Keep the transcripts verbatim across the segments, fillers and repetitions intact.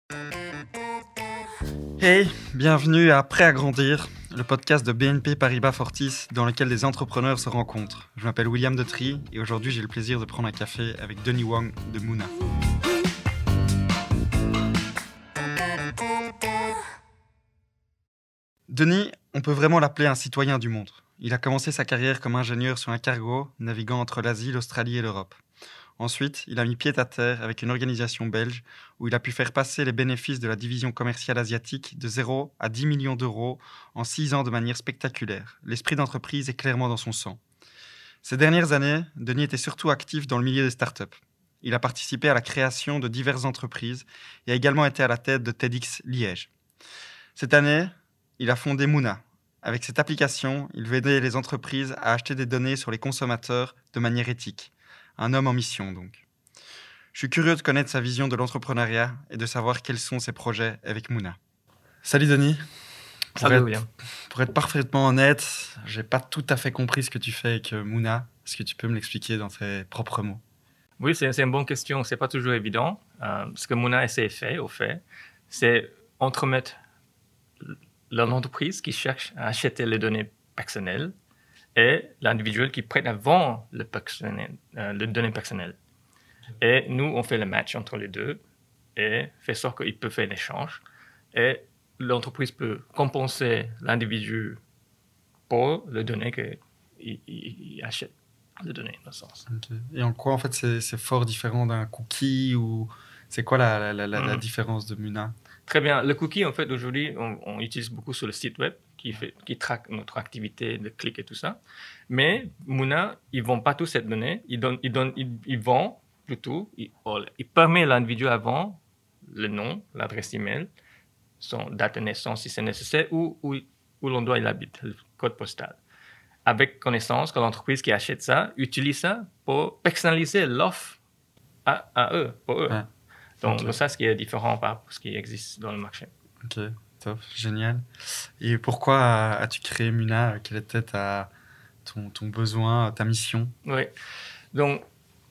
Hey, bienvenue à Prêt à grandir, le podcast de B N P Paribas Fortis dans lequel des entrepreneurs se rencontrent. Je m'appelle William Detry et aujourd'hui j'ai le plaisir de prendre un café avec Denis Wang de Moona. Denis, on peut vraiment l'appeler un citoyen du monde. Il a commencé sa carrière comme ingénieur sur un cargo naviguant entre l'Asie, l'Australie et l'Europe. Ensuite, il a mis pied à terre avec une organisation belge où il a pu faire passer les bénéfices de la division commerciale asiatique de zéro à dix millions d'euros en six ans de manière spectaculaire. L'esprit d'entreprise est clairement dans son sang. Ces dernières années, Denis était surtout actif dans le milieu des startups. Il a participé à la création de diverses entreprises et a également été à la tête de TEDx Liège. Cette année, il a fondé Moona. Avec cette application, il veut aider les entreprises à acheter des données sur les consommateurs de manière éthique. Un homme en mission, donc. Je suis curieux de connaître sa vision de l'entrepreneuriat et de savoir quels sont ses projets avec Moona. Salut Denis. Pour Salut être, William. Pour être parfaitement honnête, j'ai pas tout à fait compris ce que tu fais avec Moona. Est-ce que tu peux me l'expliquer dans tes propres mots? Oui, c'est, c'est une bonne question. C'est pas toujours évident. Euh, ce que Moona essaie de faire, au fait, c'est entremettre l'entreprise qui cherche à acheter les données personnelles et l'individuel qui prête à vendre le personnel, euh, les données personnelles. Et nous, on fait le match entre les deux et fait sorte qu'il peut faire l'échange. Et l'entreprise peut compenser l'individu pour les données qu'il il, il achète, les données, dans ce sens. Okay. Et en quoi, en fait, c'est, c'est fort différent d'un cookie ou c'est quoi la, la, la, la, mmh. la différence de Moona? Très bien. Le cookie, en fait, aujourd'hui, on, on utilise beaucoup sur le site web qui, fait, qui traque notre activité de clic et tout ça. Mais Moona, ils ne vendent pas tous cette donnée. Ils, donnent, ils, donnent, ils, ils vendent plutôt, ils, ils permettent à l'individu à vendre le nom, l'adresse email, son date de naissance si c'est nécessaire, ou où, où l'endroit il habite, le code postal. Avec connaissance que l'entreprise qui achète ça utilise ça pour personnaliser l'offre à, à eux, pour eux. Ouais. Donc, okay. donc, ça, ce qui est différent par ce qui existe dans le marché. Ok, top, génial. Et pourquoi as-tu créé Moona? Quel était ta, ton, ton besoin, ta mission? Oui, donc,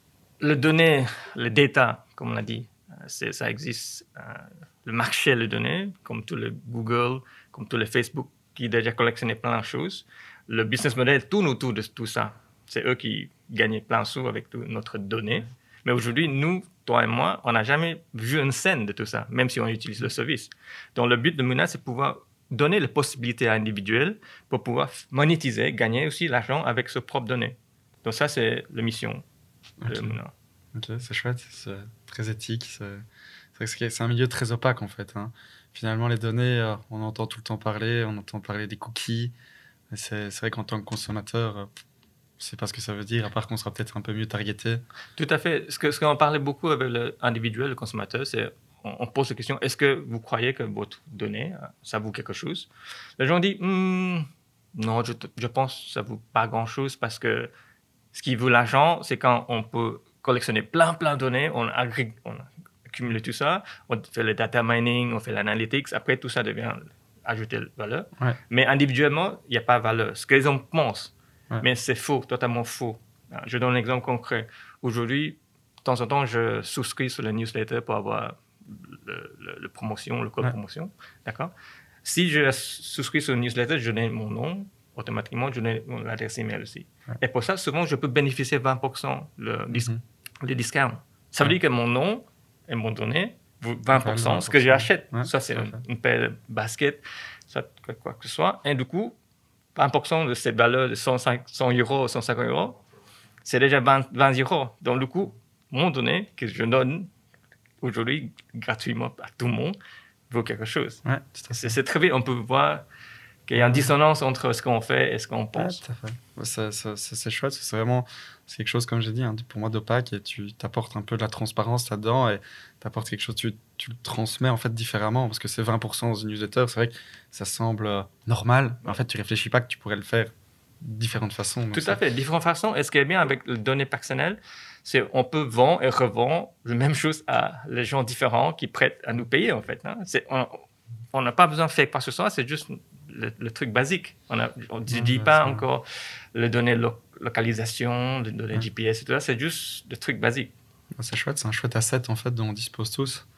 le données, le data, comme on a dit, c'est, ça existe. Euh, le marché des données, comme tous les Google, comme tous les Facebook, qui déjà collectionné plein de choses. Le business model tourne autour de tout ça. C'est eux qui gagnent plein de sous avec toutes notre données. Mais aujourd'hui, nous, toi et moi, on n'a jamais vu une scène de tout ça, même si on utilise le service. Donc, le but de Moona, c'est de pouvoir donner les possibilités à l'individuel pour pouvoir monétiser, gagner aussi l'argent avec ses propres données. Donc, ça, c'est la mission de okay. Moona. Ok, c'est chouette, c'est très éthique. C'est, c'est, c'est un milieu très opaque, en fait. Hein. Finalement, les données, on entend tout le temps parler, on entend parler des cookies. C'est, c'est vrai qu'en tant que consommateur, je ne sais pas ce que ça veut dire, à part qu'on sera peut-être un peu mieux targeté. Tout à fait. Ce, que, ce qu'on parlait beaucoup avec l'individuel, le consommateur, c'est on, on pose la question, est-ce que vous croyez que votre donnée, ça vaut quelque chose? Les gens disent, hm, non, je, je pense que ça ne vaut pas grand-chose parce que ce qui vaut l'argent, c'est quand on peut collectionner plein, plein de données, on, agrég, on accumule tout ça, on fait le data mining, on fait l'analytics, après tout ça devient ajouter de valeur. Ouais. Mais individuellement, il n'y a pas de valeur. Ce qu'ils en pensent, ouais. mais c'est faux, totalement faux. Je donne un exemple concret. Aujourd'hui, de temps en temps, je souscris sur le newsletter pour avoir le, le, le promotion, le code ouais. promotion. D'accord? Si je souscris sur le newsletter, je donne mon nom, automatiquement, je donne l'adresse email aussi. Ouais. Et pour ça, souvent, je peux bénéficier de vingt pour cent le, mm-hmm. le discount. Ça veut ouais. dire que mon nom et mon données vingt pour cent ce que j'achète. Ouais, ça, c'est une, une paire de baskets, ça, quoi que ce soit. Et du coup, vingt pour cent de cette valeur de cent euros, cent cinquante euros, c'est déjà vingt, vingt euros. Donc, du coup, mon données que je donne aujourd'hui gratuitement à tout le monde vaut quelque chose. Ouais, c'est, c'est très vite, on peut voir qu'il y a une dissonance entre ce qu'on fait et ce qu'on pense. Ouais, tout à fait. Ouais, ça, ça, ça, c'est chouette, c'est vraiment c'est quelque chose, comme j'ai dit, hein, pour moi d'opaque, et tu t'apportes un peu de la transparence là-dedans et tu apportes quelque chose, tu, tu le transmets en fait différemment, parce que c'est vingt pour cent dans une newsletter, c'est vrai que ça semble normal, mais en fait tu réfléchis pas que tu pourrais le faire de différentes façons. Tout ça... à fait, différentes façons. Et ce qui est bien avec les données personnelles, c'est qu'on peut vendre et revendre la même chose à les gens différents qui prêtent à nous payer en fait. Hein. C'est, on n'a pas besoin de faire quoi que ce soit, c'est juste le, le truc basique. On ne dit pas ça. Encore les données lo- localisation, les données ouais. G P S et tout ça, c'est juste le truc basique. C'est chouette, c'est un chouette asset en fait dont on dispose tous.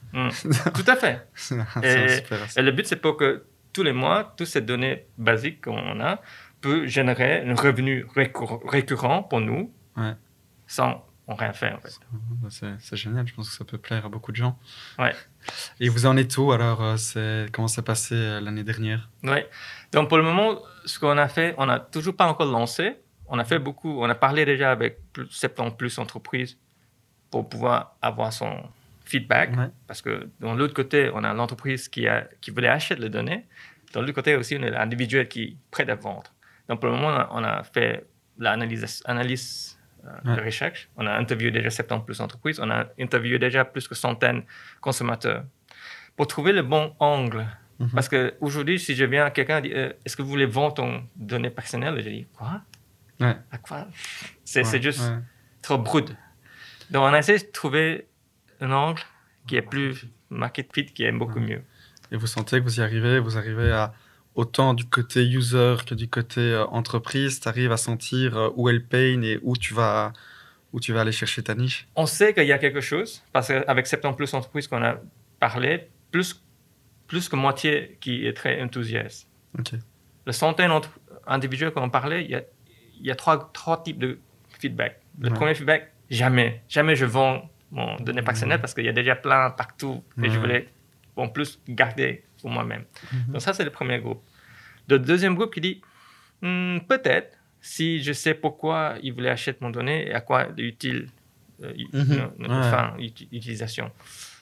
Mm. Tout à fait. c'est Et, super et le but, c'est pour que tous les mois, toutes ces données basiques qu'on a peut générer un revenu récur- récurrent pour nous ouais. sans rien faire, en fait. C'est, c'est génial, je pense que ça peut plaire à beaucoup de gens. Ouais. Et vous en êtes où alors c'est, comment ça s'est passé euh, l'année dernière? Ouais. Donc pour le moment, ce qu'on a fait, on n'a toujours pas encore lancé. On a fait beaucoup, on a parlé déjà avec plus, soixante-dix plus entreprises pour pouvoir avoir son feedback. Ouais. Parce que de l'autre côté, on a l'entreprise qui, a, qui voulait acheter les données. De l'autre côté aussi, on a l'individuel qui est prêt à vendre. Donc pour le moment, on a, on a fait l'analyse analyse, euh, Ouais. de recherche. On a interviewé déjà soixante-dix plus entreprises. On a interviewé déjà plus que centaines de consommateurs pour trouver le bon angle. Mhm. Parce qu'aujourd'hui, si je viens à quelqu'un et dit euh, est-ce que vous voulez vendre ton donnée personnelle? Je dis quoi? Ouais. À quoi? C'est, Ouais, c'est juste ouais. trop brut. Donc, on a essayé de trouver un angle qui est plus market fit, qui est beaucoup Ouais. mieux. Et vous sentez que vous y arrivez, vous arrivez à autant du côté user que du côté euh, entreprise, tu arrives à sentir euh, où est le pain et où tu vas, où tu vas aller chercher ta niche? On sait qu'il y a quelque chose, parce qu'avec soixante-dix plus entreprises qu'on a parlé, plus, plus que moitié qui est très enthousiaste. Ok. Le centaine d'individus qu'on parlait, il y a, il y a trois, trois types de feedback. Le Ouais. premier feedback, jamais. Jamais je vends mon données personnelles parce qu'il y a déjà plein partout et Ouais. je voulais en plus garder pour moi-même. Mhm. Donc ça, c'est le premier groupe. Le deuxième groupe qui dit, hmm, peut-être, si je sais pourquoi il voulait acheter mon donnée et à quoi il est utile, euh, Mhm. notre Ouais. fin, ut- utilisation.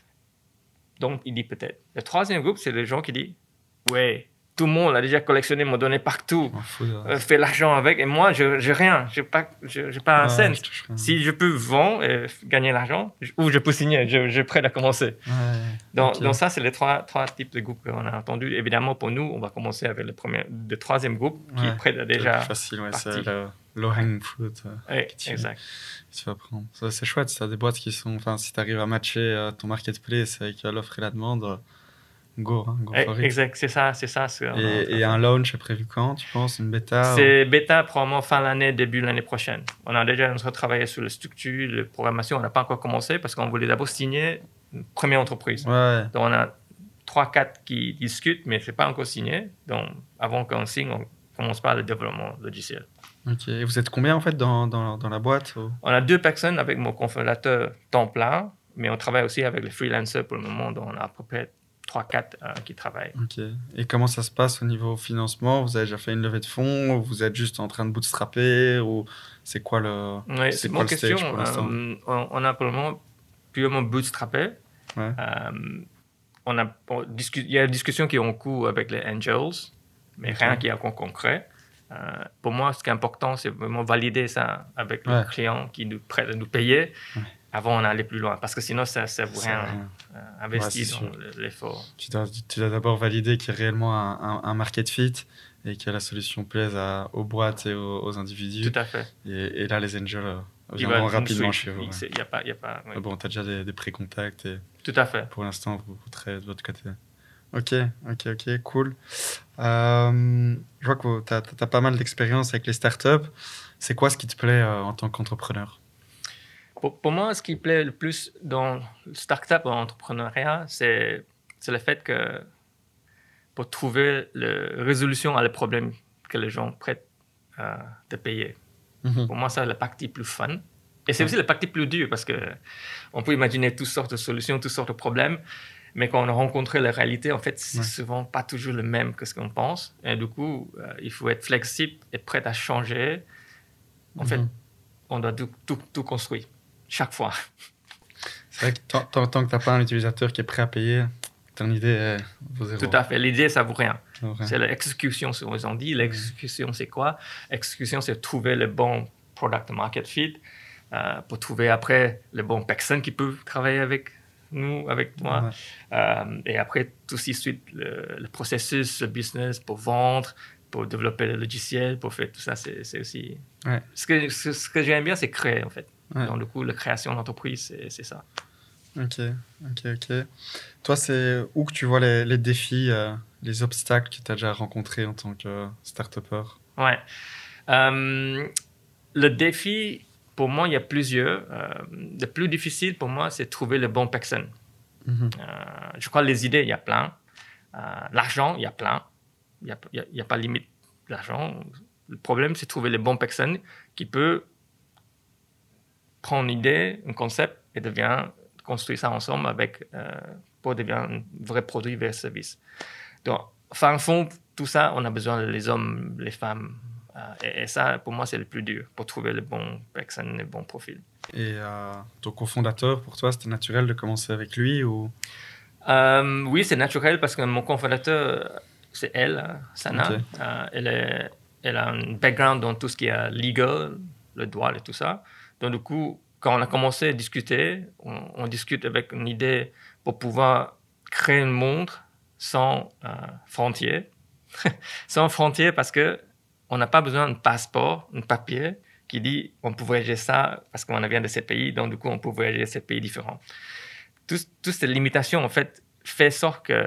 Donc, il dit peut-être. Le troisième groupe, c'est les gens qui disent, ouais, tout le monde a déjà collectionné mon donnée partout, M'en fous de- euh, fait l'argent avec, et moi, je n'ai rien, je n'ai pas, je, j'ai pas un Ouais, cent. je touche rien. Si je peux vendre et f- gagner l'argent, je- ou je peux signer, je, je suis prêt à commencer. Ouais. Donc, Ok. donc ça, c'est les trois, trois types de groupes qu'on a entendus. Évidemment, pour nous, on va commencer avec le, premier, le troisième groupe qui Ouais. est prêt à C'est le déjà... plus facile, ouais, parti. c'est le low hanging fruit. euh, Ouais, que tu- exact. que tu vas prendre. Ça, c'est chouette, si tu as des boîtes qui sont. Enfin, si tu arrives à matcher euh, ton marketplace avec euh, l'offre et la demande, euh, go, hein, go Ouais, for it. exact, c'est ça, c'est ça. ce qu'on est en train Et, de et faire. un launch est prévu quand, tu penses? Une bêta? C'est bêta probablement fin l'année, début l'année prochaine. On a déjà travaillé sur la structure, la programmation. On n'a pas encore commencé parce qu'on voulait d'abord signer une première entreprise. ou- Ouais. Donc, on a trois, quatre qui discutent, mais ce n'est pas encore signé. Donc, avant qu'on signe, on commence par le développement logiciel. Ok. Et vous êtes combien en fait dans, dans, dans la boîte? ou- On a deux personnes avec mon cofondateur temps plein, mais on travaille aussi avec les freelancers pour le moment. Donc, on a à peu près trois, quatre euh, qui travaillent. Ok. Et comment ça se passe au niveau financement? Vous avez déjà fait une levée de fonds? Vous êtes juste en train de bootstrapper? Ou c'est quoi le, Oui, c'est c'est une quoi bonne le question. stage pour l'instant? Euh, on, on a pour le moment purement bootstrappé. Ouais. Euh, on a, on discu- il y a une discussion qui est en cours avec les angels, mais Ok. rien qui est encore concret. Euh, pour moi, ce qui est important, c'est vraiment valider ça avec Ouais. le client qui nous prête à nous payer Ouais. avant d'aller plus loin. Parce que sinon, ça ne vaut Ça rien sert à rien. euh, Ouais, investir c'est dans sûr. le- l'effort. Tu dois, tu dois d'abord valider qu'il y a réellement un, un, un market fit et que la solution plaise à, aux boîtes et aux, aux individus. Tout à fait. Et, et là, les angels euh, Il viendront va rapidement switch. chez vous. Il ouais. n'y a pas... il y a pas oui. Mais bon, tu as déjà des, des pré-contacts et Tout à fait. pour l'instant, vous, vous travaillez de votre côté. Ok, ok, ok, cool. Euh, je vois que tu as pas mal d'expérience avec les startups. C'est quoi ce qui te plaît euh, en tant qu'entrepreneur? Pour, pour moi, ce qui plaît le plus dans le startup ou l'entrepreneuriat, c'est, c'est le fait que pour trouver la résolution à les problèmes que les gens prêtent euh, de payer. Mhm. Pour moi, c'est la partie plus fun. Et c'est Ouais. aussi la partie plus dure parce qu'on peut imaginer toutes sortes de solutions, toutes sortes de problèmes. Mais quand on a rencontré la réalité, en fait, c'est Ouais. souvent pas toujours le même que ce qu'on pense. Et du coup, euh, il faut être flexible et prêt à changer. En fait, Mhm. on doit tout, tout, tout construire, chaque fois. C'est vrai que tant, tant, tant que tu n'as pas un utilisateur qui est prêt à payer, ton idée est vaut zéro. Tout à fait. L'idée, ça vaut rien. C'est vrai. C'est l'exécution, c'est ce qu'ils ont dit. L'exécution, c'est quoi? L'exécution, c'est trouver le bon product market fit euh, pour trouver après les bonnes personnes qui peuvent travailler avec nous, avec moi. Ouais. Euh, et après, tout de suite, le, le processus, le business pour vendre, pour développer le logiciel, pour faire tout ça, c'est, c'est aussi... Ouais. Ce que, ce, ce que j'aime bien, c'est créer, en fait. Ouais. Donc, du coup, la création d'entreprise, c'est, c'est ça. Ok, ok, ok. Toi, c'est où que tu vois les, les défis, euh, les obstacles que tu as déjà rencontrés en tant que start-upper? Ouais. Euh, le défi, pour moi, il y a plusieurs. Euh, le plus difficile pour moi, c'est de trouver les bonnes personnes. Mm-hmm. Euh, je crois que les idées, il y a plein. Euh, l'argent, il y a plein. Il n'y a, a, a pas de limite de l'argent. Le problème, c'est de trouver les bonnes personnes qui peuvent prendre une idée, un concept et de bien construire ça ensemble avec, euh, pour devenir un vrai produit vers service. Donc, enfin, en fond, tout ça, on a besoin des hommes, les femmes. Euh, et, et ça, pour moi, c'est le plus dur pour trouver les bonnes personnes, les bons profils. Et euh, ton cofondateur, pour toi, c'était naturel de commencer avec lui ou... euh, Oui, c'est naturel parce que mon cofondateur, c'est elle, Sana. Okay. Euh, elle, est, elle a un background dans tout ce qui est legal, le droit et tout ça. Donc, du coup, quand on a commencé à discuter, on, on discute avec une idée pour pouvoir créer un monde sans euh, frontières. Sans frontières parce qu'on n'a pas besoin d'un passeport, un papier qui dit on peut voyager ça parce qu'on vient de ces pays, donc du coup, on peut voyager ces pays différents. Toutes tout ces limitations, en fait, fait sorte que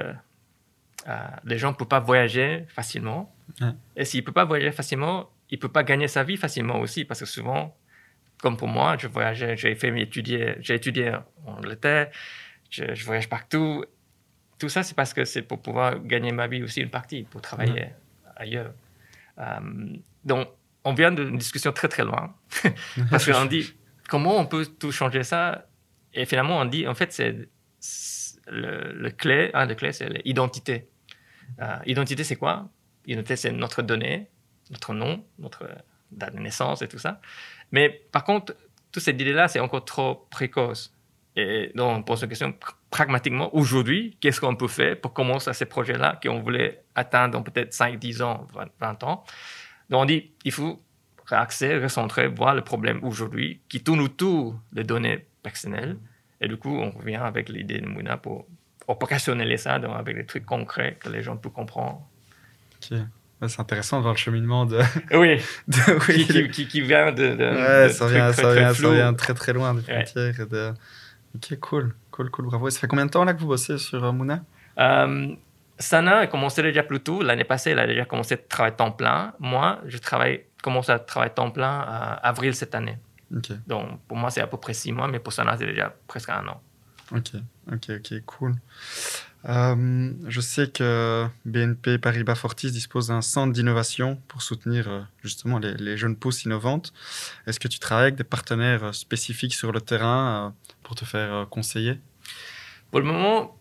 euh, les gens ne peuvent pas voyager facilement. Ouais. Et s'ils ne peuvent pas voyager facilement, ils ne peuvent pas gagner sa vie facilement aussi parce que souvent, comme pour moi, je voyageais, j'ai fait étudier, j'ai étudié en Angleterre, je, je voyage partout. Tout ça, c'est parce que c'est pour pouvoir gagner ma vie aussi une partie, pour travailler mmh. ailleurs. Euh, donc, on vient d'une discussion très, très loin. Parce qu'on dit, comment on peut tout changer ça? Et finalement, on dit, en fait, c'est, c'est le, le clé, hein, le clé, c'est l'identité. Euh, identité, c'est quoi? Identité, c'est notre donnée, notre nom, notre date de naissance et tout ça. Mais par contre, toutes ces idées-là, c'est encore trop précoce. Et donc, on pose la question pragmatiquement, aujourd'hui, qu'est-ce qu'on peut faire pour commencer à ces projets-là qu'on voulait atteindre dans peut-être cinq, dix ans, vingt ans. Donc, on dit, il faut réaxer, recentrer, voir le problème aujourd'hui qui tourne autour des données personnelles. Et du coup, on revient avec l'idée de Mouna pour opérationnaliser ça donc avec des trucs concrets que les gens peuvent comprendre. Ok. C'est intéressant de voir le cheminement de... Oui, de... oui. Qui, qui, qui, qui vient de, de, ouais, de ça trucs vient, très, ça très vient, flous. Ça vient très très loin des frontières. Ouais. Et de... Ok, cool, cool, cool, bravo. Et ça fait combien de temps là que vous bossez sur uh, Mouna? euh, Sana a commencé déjà plus tôt. L'année passée, elle a déjà commencé à travailler temps plein. Moi, je travaille, commence à travailler temps plein en avril cette année. Okay. Donc, pour moi, c'est à peu près six mois, mais pour Sana, c'est déjà presque un an. Ok, ok, ok, cool. Euh, je sais que B N P Paribas Fortis dispose d'un centre d'innovation pour soutenir euh, justement les, les jeunes pousses innovantes. Est-ce que tu travailles avec des partenaires euh, spécifiques sur le terrain euh, pour te faire euh, conseiller? Pour le moment,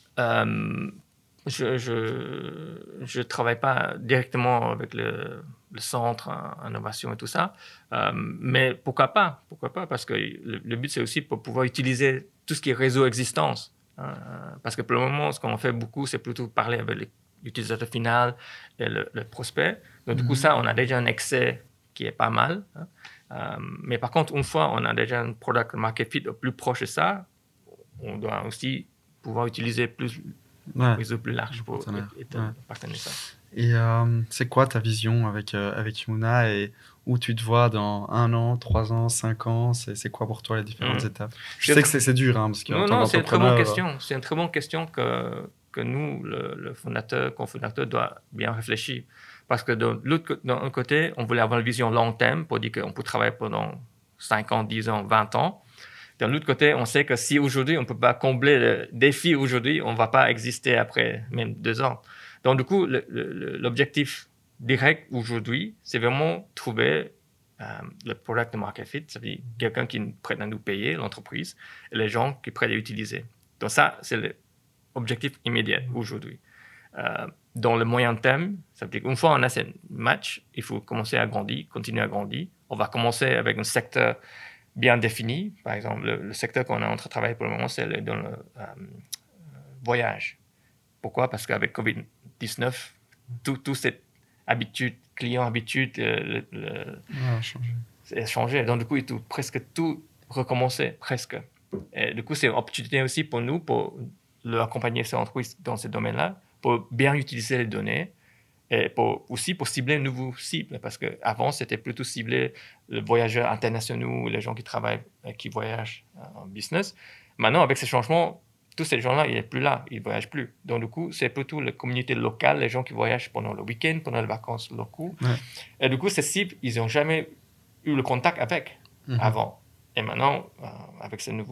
euh, je ne je, je travaille pas directement avec le, le centre en innovation et tout ça, euh, mais pourquoi pas? Pourquoi pas? Parce que le, le but, c'est aussi pour pouvoir utiliser tout ce qui est réseau existence. Euh, parce que pour le moment, ce qu'on fait beaucoup, c'est plutôt parler avec l'utilisateur final et le, le prospect. Donc, mm-hmm. du coup, ça, on a déjà un excès qui est pas mal. Hein. Euh, mais par contre, une fois on a déjà un product market fit plus proche de ça, on doit aussi pouvoir utiliser plus ouais. un réseau plus large pour partager ça. Et euh, c'est quoi ta vision avec, euh, avec Mouna et où tu te vois dans un an, trois ans, cinq ans? C'est, c'est quoi pour toi les différentes mmh. étapes? Je c'est sais tr... que c'est, c'est dur. Hein, parce que non, non, c'est une très bonne question. C'est une très bonne question que, que nous, le, le fondateur, cofondateur, doit bien réfléchir. Parce que de l'autre, d'un côté, on voulait avoir une vision long terme pour dire qu'on peut travailler pendant cinq ans, dix ans, vingt ans. D'un autre côté, on sait que si aujourd'hui, on ne peut pas combler le défi aujourd'hui, on ne va pas exister après même deux ans. Donc, du coup, le, le, l'objectif direct aujourd'hui, c'est vraiment trouver euh, le product market fit, c'est-à-dire quelqu'un qui est prêt à nous payer, l'entreprise, et les gens qui sont prêts à l'utiliser. Donc, ça, c'est l'objectif immédiat aujourd'hui. Euh, dans le moyen terme, ça veut dire qu'une fois on a ce match, il faut commencer à grandir, continuer à grandir. On va commencer avec un secteur bien défini. Par exemple, le, le secteur qu'on est en train de travailler pour le moment, c'est le, dans le euh, voyage. Pourquoi? Parce qu'avec covid dix-neuf, tout, tout cette habitude, client habitude, le, le, ouais, a changé. C'est changé. Donc, du coup, il faut presque tout recommencer, presque. Et du coup, c'est une opportunité aussi pour nous, pour l'accompagner ces entreprises dans ce domaine-là, pour bien utiliser les données et pour, aussi pour cibler une nouvelle cible. Parce qu'avant, c'était plutôt cibler les voyageurs internationaux, les gens qui travaillent, qui voyagent en business. Maintenant, avec ces changements, tous ces gens-là, ils ne sont plus là, ils ne voyagent plus. Donc, du coup, c'est plutôt la communauté locale, les gens qui voyagent pendant le week-end, pendant les vacances locaux. Ouais. Et du coup, ces cibles, ils n'ont jamais eu le contact avec mm-hmm. avant. Et maintenant, euh, avec ces nouveaux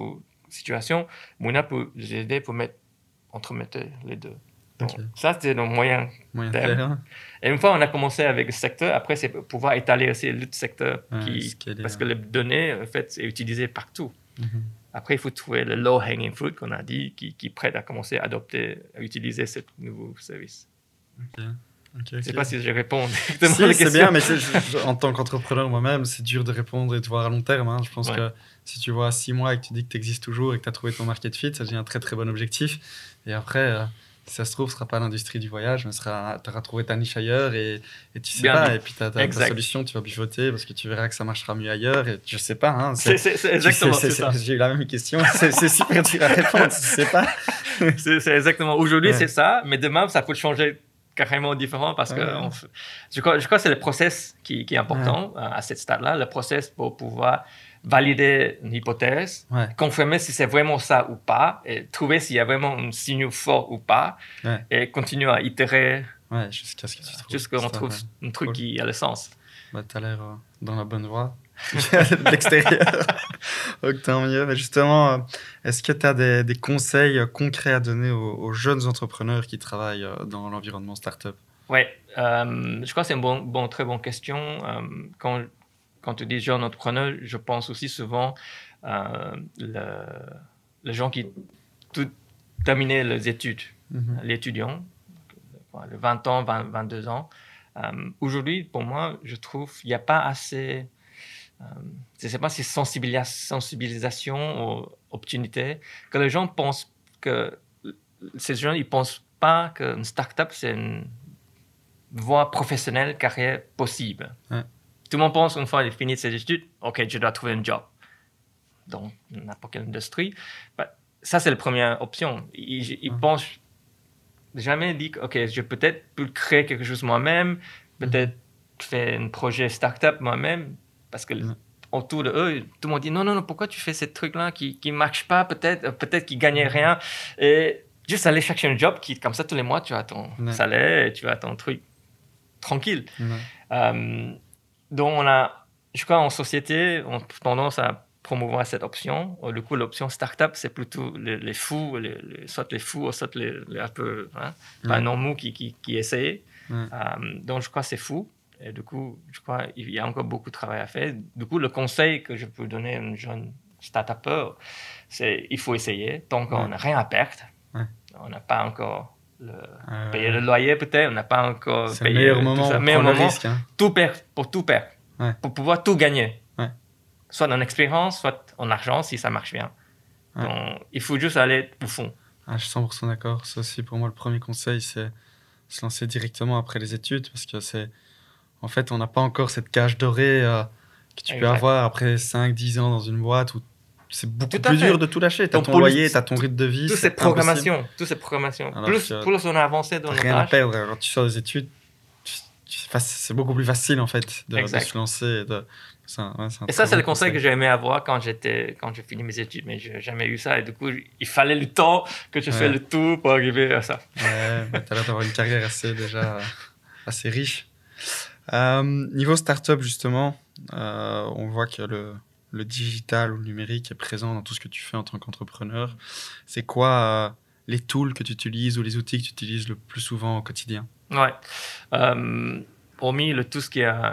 situation, Mouna peut nous aider pour mettre, entremettre les deux. Donc, Ok. ça, c'est le moyen Moyen terme. terme. Et une fois on a commencé avec le secteur, après, c'est pour pouvoir étaler aussi l'autre secteur. Ouais, qui, scaler, parce ouais. que les données, en fait, c'est utilisé partout. Mhm. Après, il faut trouver le low-hanging fruit qu'on a dit, qui, qui est prêt à commencer à adopter, à utiliser ce nouveau service. Ok. Ok, Je ne sais ok. pas si je réponds directement Si, à la c'est question. bien, mais c'est- je- je- en tant qu'entrepreneur moi-même, c'est dur de répondre et de voir à long terme. hein. Je pense Ouais. que si tu vois à six mois et que tu dis que tu existes toujours et que tu as trouvé ton market fit, ça devient un très très bon objectif. Et après, euh, si ça se trouve, ce sera pas l'industrie du voyage, mais tu auras trouvé ta niche ailleurs et, et tu sais Bien pas. dit. Et puis tu as ta Exact. solution, tu vas pivoter parce que tu verras que ça marchera mieux ailleurs. Et je sais pas. Hein, C'est c'est- c'est tu sais, exactement c'est- c'est ça. c'est- J'ai eu la même question. C'est c'est super dur à répondre, tu sais pas. C'est c'est exactement. Aujourd'hui, Ouais. c'est ça, mais demain, ça peut changer carrément différent parce que Ouais. on fait- je, crois, je crois que c'est le process qui, qui est important à, à cette stade-là, le process pour pouvoir valider une hypothèse, Ouais. confirmer si c'est vraiment ça ou pas, et trouver s'il y a vraiment un signe fort ou pas, Ouais. et continuer à itérer Ouais, jusqu'à ce que tu trouves. jusqu'à ce qu'on ça, trouve ouais. un truc Cool. qui a le sens. Bah, t'as l'air euh, dans la bonne voie. De l'extérieur. Donc, tant mieux. Mais justement, euh, est-ce que tu as des, des conseils euh, concrets à donner aux, aux jeunes entrepreneurs qui travaillent euh, dans l'environnement startup? Oui, euh, je crois que c'est une bon, bon, très bonne question. Euh, quand, quand tu dis jeune entrepreneur, je pense aussi souvent euh, le, les gens qui tout terminaient les études, Mhm. l'étudiant, le vingt ans, vingt, vingt-deux ans. Euh, aujourd'hui, pour moi, je trouve qu'il n'y a pas assez, euh, je ne sais pas si sensibilis- sensibilisation aux opportunités, que les gens pensent que, ces gens, ils ne pensent pas qu'une start-up, c'est une voie professionnelle, carrière possible. Ouais. Tout le monde pense, une fois qu'il finit ses études, OK, je dois trouver un job dans n'importe quelle industrie. Bah, ça, c'est la première option. Ils, ils Ouais. pensent jamais dit que, OK, je peut-être peux créer quelque chose moi-même, peut-être faire un projet start-up moi-même, parce que Ouais. autour de eux, tout le monde dit, non, non, non, pourquoi tu fais ce truc-là qui ne marche pas, peut-être, peut-être qu'il ne gagne rien. Et juste aller chercher un job qui, comme ça, tous les mois, tu as ton Ouais. salaire et tu as ton truc tranquille. Ouais. Euh, donc, on a, je crois, en société, on a tendance à promouvoir cette option. Du coup, l'option startup, c'est plutôt les, les fous, les, les, soit les fous, soit les, les un peu, hein, Ouais. pas non mou qui, qui, qui essayent. Ouais. Euh, donc, je crois que c'est fou. Et du coup, je crois qu'il y a encore beaucoup de travail à faire. Du coup, le conseil que je peux donner à un jeune start-upper, c'est il faut essayer. Tant qu'on Ouais. n'a rien à perdre, Ouais. on n'a pas encore le, Euh, payé le loyer peut-être, on n'a pas encore C'est le payé meilleur tout moment ça. pour Meilleur prendre le moment, risque. Hein. tout perdre, pour tout perdre, Ouais. pour pouvoir tout gagner. Ouais. Soit en expérience, soit en argent si ça marche bien. Ouais. Donc, il faut juste aller au fond. Ah, je suis cent pour cent d'accord. Ça aussi, pour moi, le premier conseil, c'est se lancer directement après les études parce que c'est. En fait, on n'a pas encore cette cage dorée euh, que tu peux Exact. avoir après cinq dix ans dans une boîte où c'est beaucoup Tout à plus fait. dur de tout lâcher. Tu as Ton ton poli- loyer, tu as ton rythme de vie. Toutes c'est ces impossible. programmations, toutes ces programmations. Alors Plus, que plus on a avancé dans T'as notre rien à âge, perdre. Quand tu sors des études, tu- tu- enfin, c'est beaucoup plus facile en fait de, de Exact. se lancer. et De... C'est un- ouais, c'est un et ça, très c'est bon le conseil que j'ai aimé avoir quand j'étais, quand j'ai fini mes études, mais j'ai jamais eu ça. Et du coup, il fallait le temps que je Ouais. fais le tout pour arriver à ça. Ouais, bah, tu as l'air d'avoir une carrière assez, déjà, euh, assez riche. Euh, niveau startup, justement, euh, on voit que le, le digital ou le numérique est présent dans tout ce que tu fais en tant qu'entrepreneur. C'est quoi euh, les tools que tu utilises ou les outils que tu utilises le plus souvent au quotidien? Ouais. Euh, hormis le, tout ce qui est euh,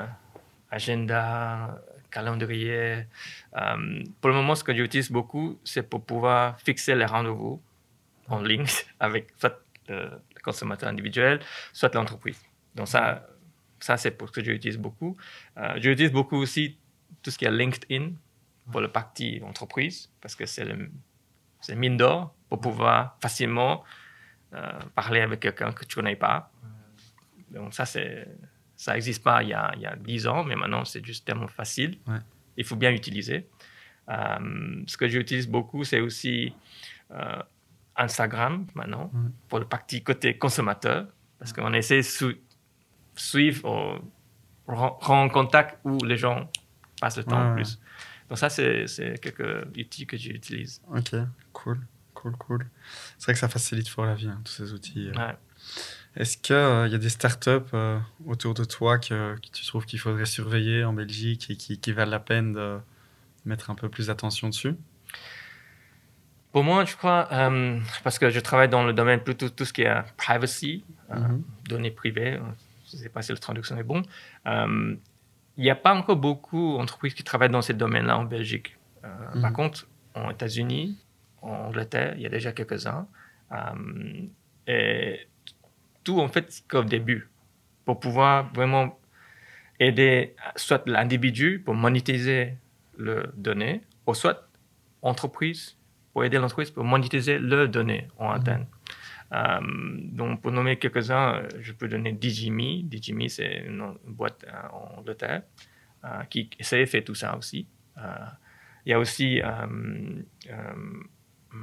agenda, calendrier, euh, pour le moment, ce que j'utilise beaucoup, c'est pour pouvoir fixer les rendez-vous en ligne avec soit le consommateur individuel, soit l'entreprise. Donc ça, ça c'est pour ce que j'utilise beaucoup. Euh, j'utilise beaucoup aussi tout ce qui est LinkedIn pour le parti entreprise, parce que c'est le, c'est une mine d'or pour pouvoir facilement euh, parler avec quelqu'un que tu ne connais pas. Donc ça, c'est, ça n'existe pas il y, a, il y a dix ans, mais maintenant, c'est juste tellement facile. Ouais. Il faut bien l'utiliser. Euh, ce que j'utilise beaucoup, c'est aussi euh, Instagram, maintenant, Ouais. pour le parti côté consommateur, parce qu'on essaie de su- suivre, euh, rend rend contact où les gens passent le temps Ouais, plus. Donc ça, c'est, c'est quelques outils que j'utilise. Ok, cool, cool, cool. C'est vrai que ça facilite fort la vie, hein, tous ces outils. euh. Ouais. Est-ce qu'il euh, y a des startups euh, autour de toi que, que tu trouves qu'il faudrait surveiller en Belgique et qui, qui valent la peine de mettre un peu plus d'attention dessus? Pour moi, je crois, euh, parce que je travaille dans le domaine plutôt tout ce qui est privacy, euh, Mhm. données privées, je ne sais pas si la traduction est bonne. Euh, il n'y a pas encore beaucoup d'entreprises qui travaillent dans ce domaine-là en Belgique. Euh, Mhm. Par contre, aux États-Unis, en Angleterre, il y a déjà quelques-uns. Euh, et tout, en fait, c'est qu'au début, pour pouvoir vraiment aider soit l'individu pour monétiser les données, ou soit l'entreprise pour aider l'entreprise pour monétiser leurs données en interne. Euh, donc, pour nommer quelques-uns, je peux donner Digime. Digime, c'est une, une boîte euh, en Angleterre euh, qui essaie de faire tout ça aussi. Euh, il y a aussi euh, euh,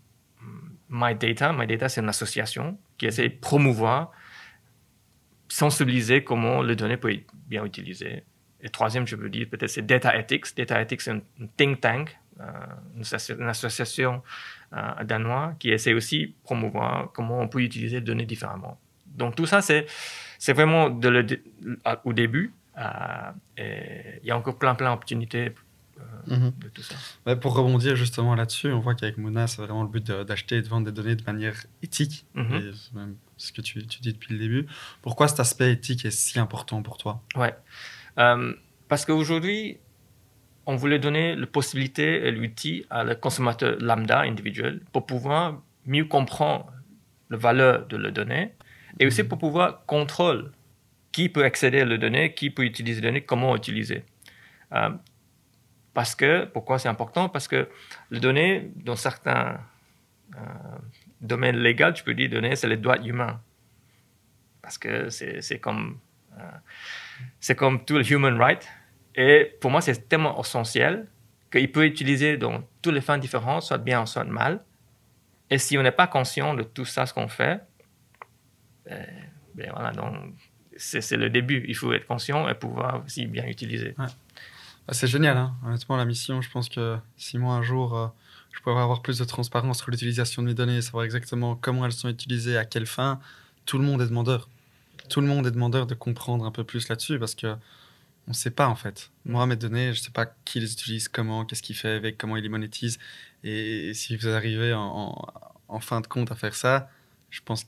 My Data. My Data, c'est une association qui essaie de promouvoir, sensibiliser comment les données peuvent être bien utilisées. Et troisième, je peux dire, peut-être c'est Data Ethics. Data Ethics, c'est un think tank, euh, une association euh, danoise qui essaie aussi de promouvoir comment on peut utiliser les données différemment. Donc tout ça, c'est, c'est vraiment de le, de, au début. Euh, et il y a encore plein, plein d'opportunités euh, Mhm. de tout ça. Ouais, pour rebondir justement là-dessus, on voit qu'avec Moona, c'est vraiment le but de- d'acheter et de vendre des données de manière éthique. Mhm. Et c'est même ce que tu, tu dis depuis le début. Pourquoi cet aspect éthique est si important pour toi? Ouais. Euh, parce qu'aujourd'hui, on voulait donner la possibilité et l'outil à le consommateur lambda individuel pour pouvoir mieux comprendre la valeur de la donnée et aussi pour pouvoir contrôler qui peut accéder à la donnée, qui peut utiliser les données, comment utiliser. Euh, parce que, pourquoi c'est important? Parce que les données, dans certains euh, domaines légaux, tu peux dire données, c'est les droits humains. Parce que c'est, c'est comme... Euh, c'est comme tout le human right. Et pour moi, c'est tellement essentiel qu'il peut être utilisé dans toutes les fins différentes, soit bien, soit mal. Et si on n'est pas conscient de tout ça, ce qu'on fait, ben, ben voilà, donc c'est, c'est le début. Il faut être conscient et pouvoir aussi bien utiliser. Ouais. Ah, c'est génial, hein. Honnêtement, la mission, je pense que si moi, un jour, euh, je pourrais avoir plus de transparence sur l'utilisation de mes données, savoir exactement comment elles sont utilisées, à quelle fin, tout le monde est demandeur. Tout le monde est demandeur de comprendre un peu plus là-dessus parce que on ne sait pas en fait. Moi, mes données, je ne sais pas qui les utilise, comment, qu'est-ce qu'il fait avec, comment il les monétise. Et, et si vous arrivez en, en, en fin de compte à faire ça, je pense que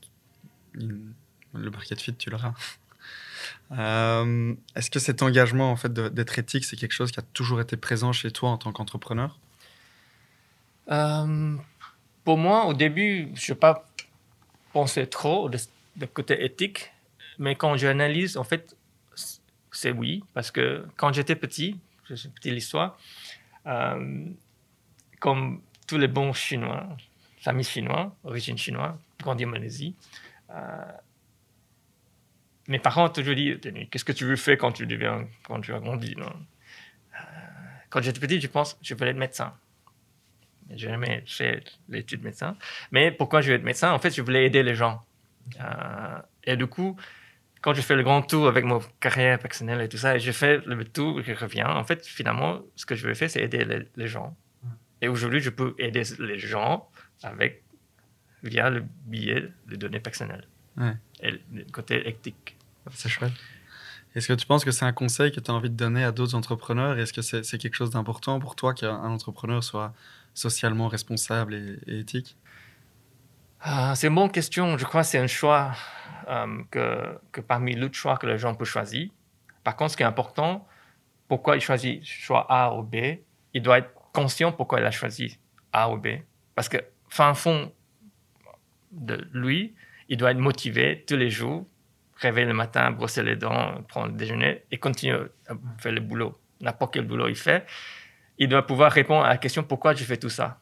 le market fit, tu l'auras. Euh, est-ce que cet engagement en fait de, d'être éthique, c'est quelque chose qui a toujours été présent chez toi en tant qu'entrepreneur? Euh, pour moi, au début, je n'ai pas pensé trop de, de côté éthique, mais quand j'analyse, en fait, c'est oui, parce que quand j'étais petit, c'est une petite histoire, euh, comme tous les bons Chinois, famille chinois, origine chinoise, grandi en Malaisie, euh, mes parents ont toujours dit, qu'est-ce que tu veux faire quand tu deviens, quand tu as grandi, non? Euh, quand j'étais petit, je pense, je voulais être médecin. Je n'ai jamais fait l'étude de médecin. Mais pourquoi je voulais être médecin? En fait, je voulais aider les gens. Euh, et du coup, quand je fais le grand tour avec mon carrière personnelle et tout ça, et je fais le tour, je reviens, en fait, finalement, ce que je veux faire, c'est aider les, les gens. Et aujourd'hui, je peux aider les gens avec, via le biais de données personnelles. Ouais. Et le côté éthique. C'est chouette. Est-ce que tu penses que c'est un conseil que tu as envie de donner à d'autres entrepreneurs? Est-ce que c'est, c'est quelque chose d'important pour toi qu'un entrepreneur soit socialement responsable et, et éthique? Ah, c'est une bonne question. Je crois que c'est un choix euh, que, que parmi l'autre choix que les gens peuvent choisir. Par contre, ce qui est important, pourquoi il choisit choix A ou B, il doit être conscient pourquoi il a choisi A ou B. Parce que, fin fond de lui, il doit être motivé tous les jours, réveiller le matin, brosser les dents, prendre le déjeuner et continuer à faire le boulot. N'importe quel boulot il fait, il doit pouvoir répondre à la question pourquoi je fais tout ça.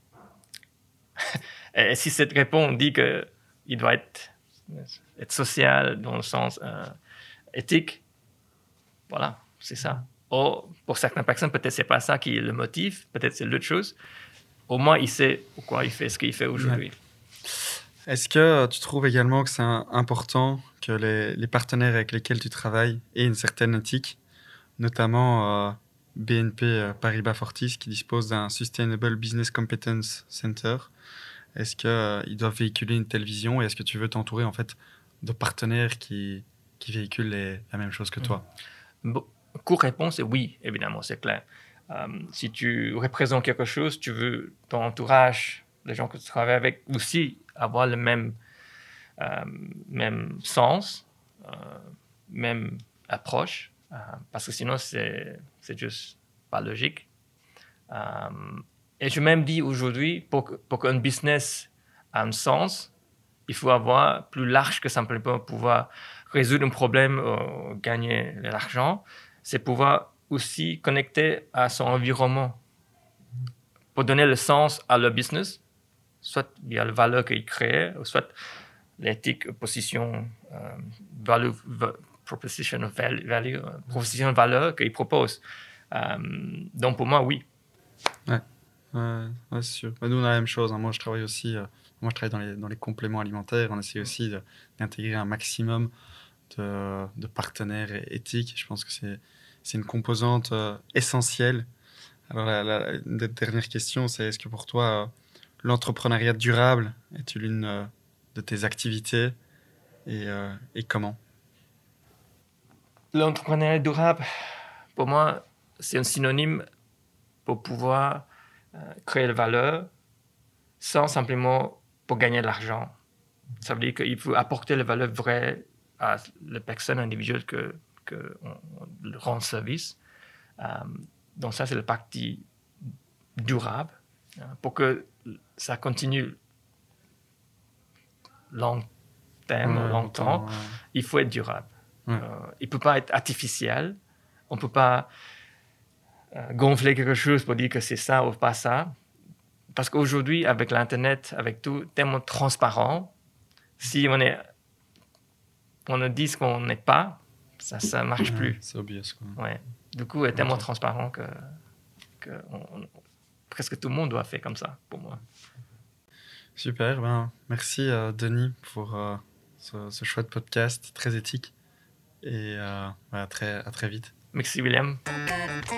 Et si cette réponse dit qu'il doit être, être social dans le sens euh, éthique, voilà, c'est ça. Ou pour certaines personnes, peut-être c'est pas ça qui le motive, peut-être c'est l'autre chose. Au moins, il sait pourquoi il fait ce qu'il fait aujourd'hui. Ouais. Est-ce que tu trouves également que c'est important que les, les partenaires avec lesquels tu travailles aient une certaine éthique, notamment euh, B N P Paribas Fortis qui dispose d'un Sustainable Business Competence Center? Est-ce qu'ils euh, doivent véhiculer une telle vision et est-ce que tu veux t'entourer en fait de partenaires qui, qui véhiculent les, la même chose que toi? Bon, courte réponse est oui, évidemment, c'est clair. Euh, si tu représentes quelque chose, tu veux ton entourage les gens que tu travailles avec aussi avoir le même, euh, même sens, euh, même approche, euh, parce que sinon, c'est, c'est juste pas logique. Euh, et je même dis aujourd'hui, pour, que, pour qu'un business ait un sens, il faut avoir plus large que simplement pouvoir résoudre un problème ou gagner de l'argent. C'est pouvoir aussi connecter à son environnement pour donner le sens à leur business, soit via la valeur qu'il crée, soit l'éthique, position, euh, value, va, proposition of value, value euh, proposition de valeur qu'il propose. Euh, donc pour moi, oui. Ouais, ouais, ouais c'est sûr. Bah, nous, on a la même chose. Hein. Moi, je travaille aussi... Euh... Moi, je travaille dans les, dans les compléments alimentaires. On essaie aussi de, d'intégrer un maximum de, de partenaires éthiques. Je pense que c'est, c'est une composante euh, essentielle. Alors, la, la, une des dernières questions, c'est est-ce que pour toi, euh, l'entrepreneuriat durable est l'une euh, de tes activités et, euh, et comment? L'entrepreneuriat durable, pour moi, c'est un synonyme pour pouvoir euh, créer de la valeur sans simplement pour gagner de l'argent. Ça veut dire qu'il faut apporter la valeur vraie à la personne individuelle que, que on, on rend service. Euh, donc ça, c'est la partie durable. Hein, pour que ça continue long terme, Ouais, longtemps, longtemps, ouais. Il faut être durable. Ouais. Euh, il ne peut pas être artificiel. On ne peut pas euh, gonfler quelque chose pour dire que c'est ça ou pas ça. Parce qu'aujourd'hui, avec l'Internet, avec tout, tellement transparent, si on est, on ne dit ce qu'on n'est pas, ça ne marche Ouais, plus. c'est obvious, quoi. Ouais. Du coup, il est tellement Okay. transparent que, que on, on, presque tout le monde doit faire comme ça, pour moi. Super, ben, merci euh, Denis pour euh, ce, ce chouette podcast très éthique et euh, à, très, à très vite. Merci William.